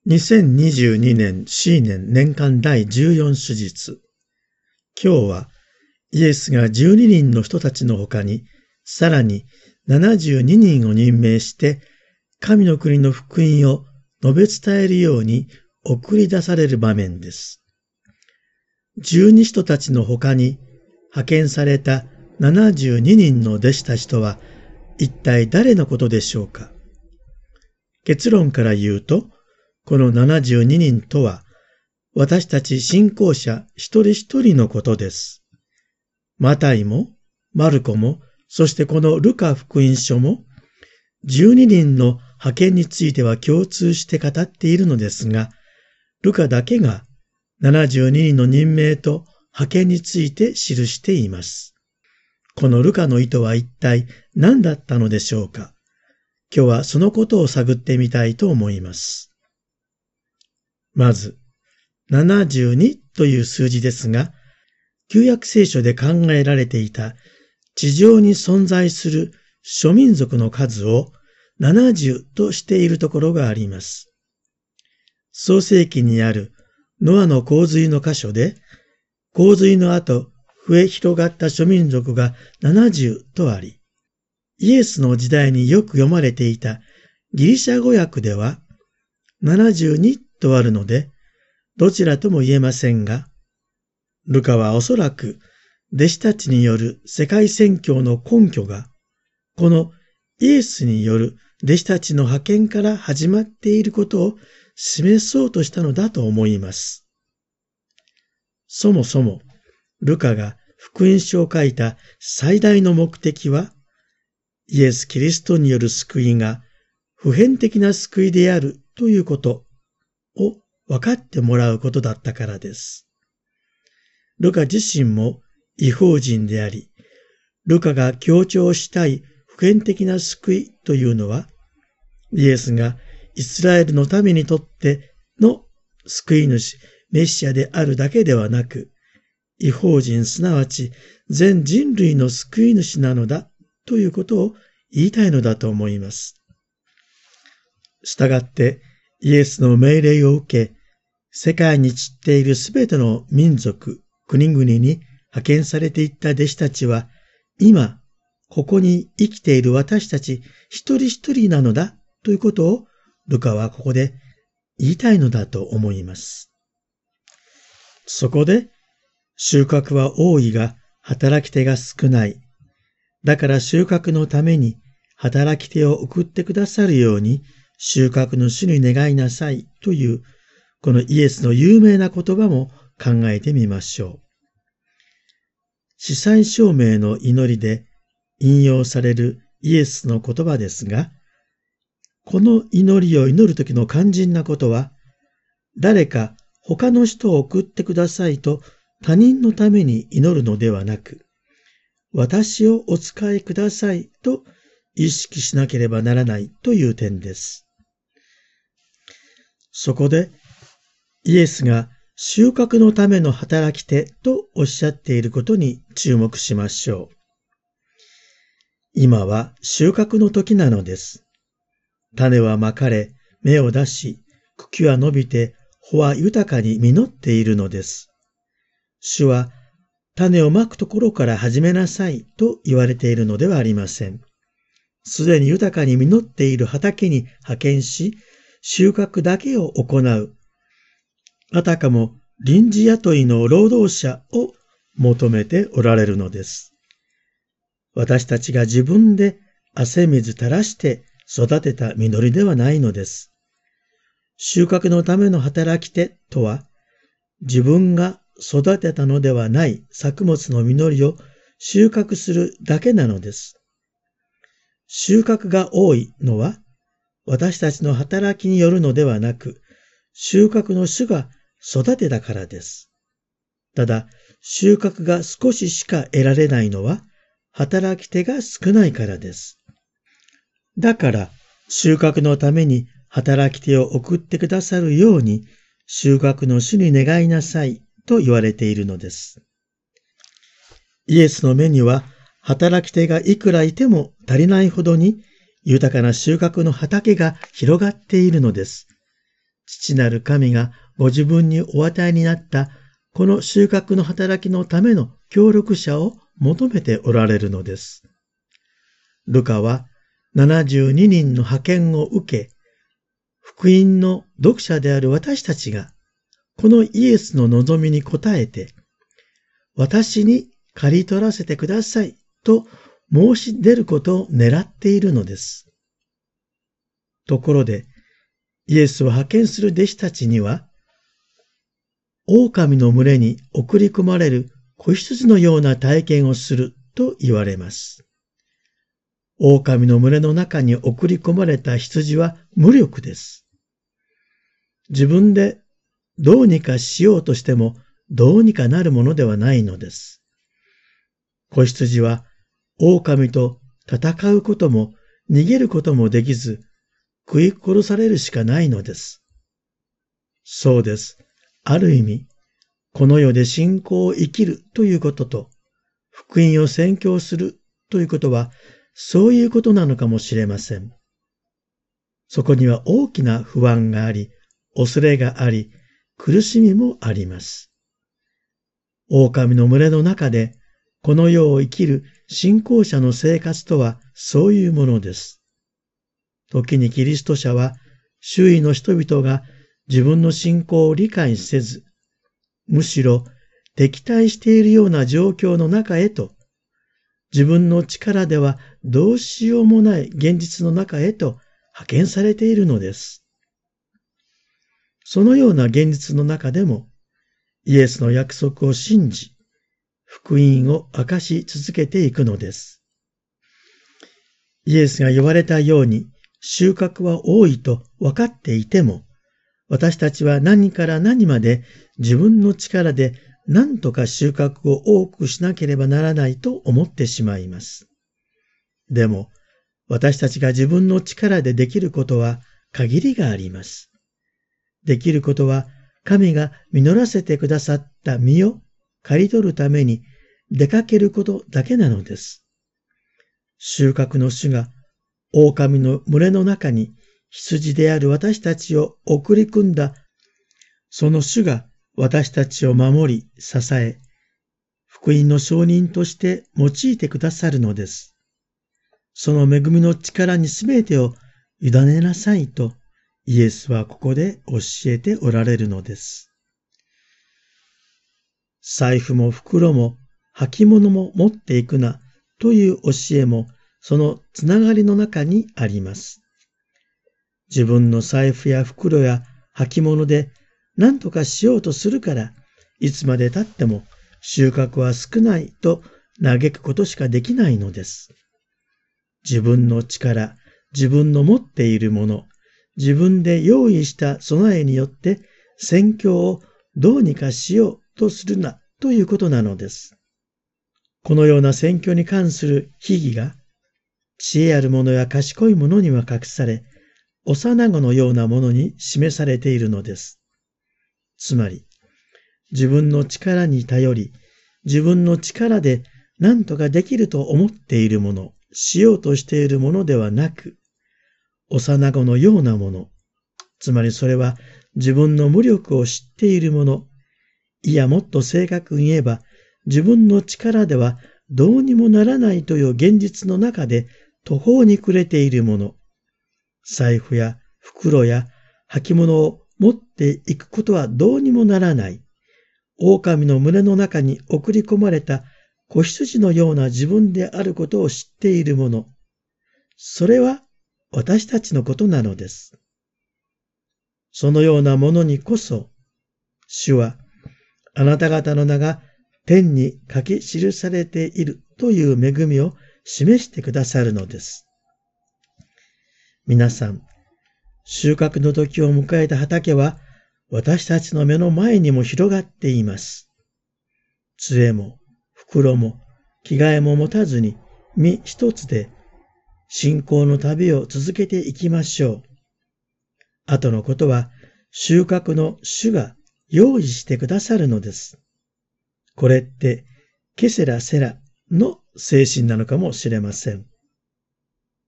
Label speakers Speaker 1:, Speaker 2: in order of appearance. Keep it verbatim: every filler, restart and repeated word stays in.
Speaker 1: にせんにじゅうにねんシーネン年間だいじゅうよん手術。今日はイエスがじゅうににんの人たちの他に、さらにななじゅうににんを任命して、神の国の福音を述べ伝えるように送り出される場面です。十二使徒たちの他に派遣されたななじゅうににんの弟子たちとは一体誰のことでしょうか。結論から言うと、このななじゅうににんとは、私たち信仰者一人一人のことです。マタイも、マルコも、そしてこのルカ福音書も、じゅうににんの派遣については共通して語っているのですが、ルカだけがななじゅうににんの任命と派遣について記しています。このルカの意図は一体何だったのでしょうか。今日はそのことを探ってみたいと思います。まず、ななじゅうにという数字ですが、旧約聖書で考えられていた地上に存在する諸民族の数をななじゅうとしているところがあります。創世記にあるノアの洪水の箇所で、洪水の後増え広がった諸民族がななじゅうとあり、イエスの時代によく読まれていたギリシャ語訳ではななじゅうにとあるので、どちらとも言えませんが、ルカはおそらく弟子たちによる世界宣教の根拠が、このイエスによる弟子たちの派遣から始まっていることを示そうとしたのだと思います。そもそも、ルカが福音書を書いた最大の目的は、イエス・キリストによる救いが普遍的な救いであるということを分かってもらうことだったからです。ルカ自身も異邦人であり、ルカが強調したい普遍的な救いというのは、イエスがイスラエルの民にとっての救い主、メシアであるだけではなく、異邦人すなわち全人類の救い主なのだということを言いたいのだと思います。したがって、イエスの命令を受け、世界に散っているすべての民族、国々に派遣されていった弟子たちは、今、ここに生きている私たち一人一人なのだということを、ルカはここで言いたいのだと思います。そこで、収穫は多いが働き手が少ない。だから収穫のために働き手を送ってくださるように、収穫の主に願いなさいという、このイエスの有名な言葉も考えてみましょう。司祭証明の祈りで引用されるイエスの言葉ですが、この祈りを祈るときの肝心なことは、誰か他の人を送ってくださいと他人のために祈るのではなく、私をお使いくださいと意識しなければならないという点です。そこで、イエスが収穫のための働き手とおっしゃっていることに注目しましょう。今は収穫の時なのです。種はまかれ、芽を出し、茎は伸びて、穂は豊かに実っているのです。主は、種をまくところから始めなさいと言われているのではありません。すでに豊かに実っている畑に派遣し、収穫だけを行う。あたかも臨時雇いの労働者を求めておられるのです。私たちが自分で汗水垂らして育てた実りではないのです。収穫のための働き手とは、自分が育てたのではない作物の実りを収穫するだけなのです。収穫が多いのは、私たちの働きによるのではなく、収穫の主が育てたからです。ただ、収穫が少ししか得られないのは、働き手が少ないからです。だから、収穫のために働き手を送ってくださるように、収穫の主に願いなさいと言われているのです。イエスの目には、働き手がいくらいても足りないほどに、豊かな収穫の畑が広がっているのです。 父なる神がご自分にお与えになったこの収穫の働きのための協力者を求めておられるのです。ルカはななじゅうににんの派遣を受け、福音の読者である私たちが、このイエスの望みに応えて、私に刈り取らせてくださいと申し出ることを狙っているのです。ところで、イエスを派遣する弟子たちには、狼の群れに送り込まれる子羊のような体験をすると言われます。狼の群れの中に送り込まれた羊は無力です。自分でどうにかしようとしてもどうにかなるものではないのです。子羊は狼と戦うことも逃げることもできず、食い殺されるしかないのです。そうです。ある意味、この世で信仰を生きるということと、福音を宣教するということは、そういうことなのかもしれません。そこには大きな不安があり、恐れがあり、苦しみもあります。狼の群れの中で、この世を生きる信仰者の生活とはそういうものです。時にキリスト者は、周囲の人々が自分の信仰を理解せず、むしろ敵対しているような状況の中へと、自分の力ではどうしようもない現実の中へと派遣されているのです。そのような現実の中でも、イエスの約束を信じ、福音を明かし続けていくのです。イエスが言われたように、収穫は多いと分かっていても、私たちは何から何まで自分の力で何とか収穫を多くしなければならないと思ってしまいます。でも、私たちが自分の力でできることは限りがあります。できることは、神が実らせてくださった実を刈り取るために出かけることだけなのです。収穫の主が狼の群れの中に羊である私たちを送り込んだ、その主が私たちを守り、支え、福音の証人として用いてくださるのです。その恵みの力にすべてを委ねなさいと、イエスはここで教えておられるのです。財布も袋も履物も持っていくなという教えもそのつながりの中にあります。自分の財布や袋や履物で何とかしようとするから、いつまで経っても収穫は少ないと嘆くことしかできないのです。自分の力、自分の持っているもの、自分で用意した備えによって宣教をどうにかしようとするなということなのです。このような宣教に関する秘義が、知恵ある者や賢い者には隠され、幼子のようなものに示されているのです。つまり、自分の力に頼り、自分の力で何とかできると思っているもの、しようとしているものではなく、幼子のようなもの、つまりそれは自分の無力を知っているもの、いやもっと正確に言えば、自分の力ではどうにもならないという現実の中で途方に暮れているもの、財布や袋や履物を持っていくことはどうにもならない、狼の群れの中に送り込まれた子羊のような自分であることを知っているもの、それは私たちのことなのです。そのようなものにこそ、主はあなた方の名が天に書き記されているという恵みを示してくださるのです。皆さん、収穫の時を迎えた畑は私たちの目の前にも広がっています。杖も袋も着替えも持たずに身一つで信仰の旅を続けていきましょう。後のことは収穫の主が用意してくださるのです。これってケセラセラの精神なのかもしれません。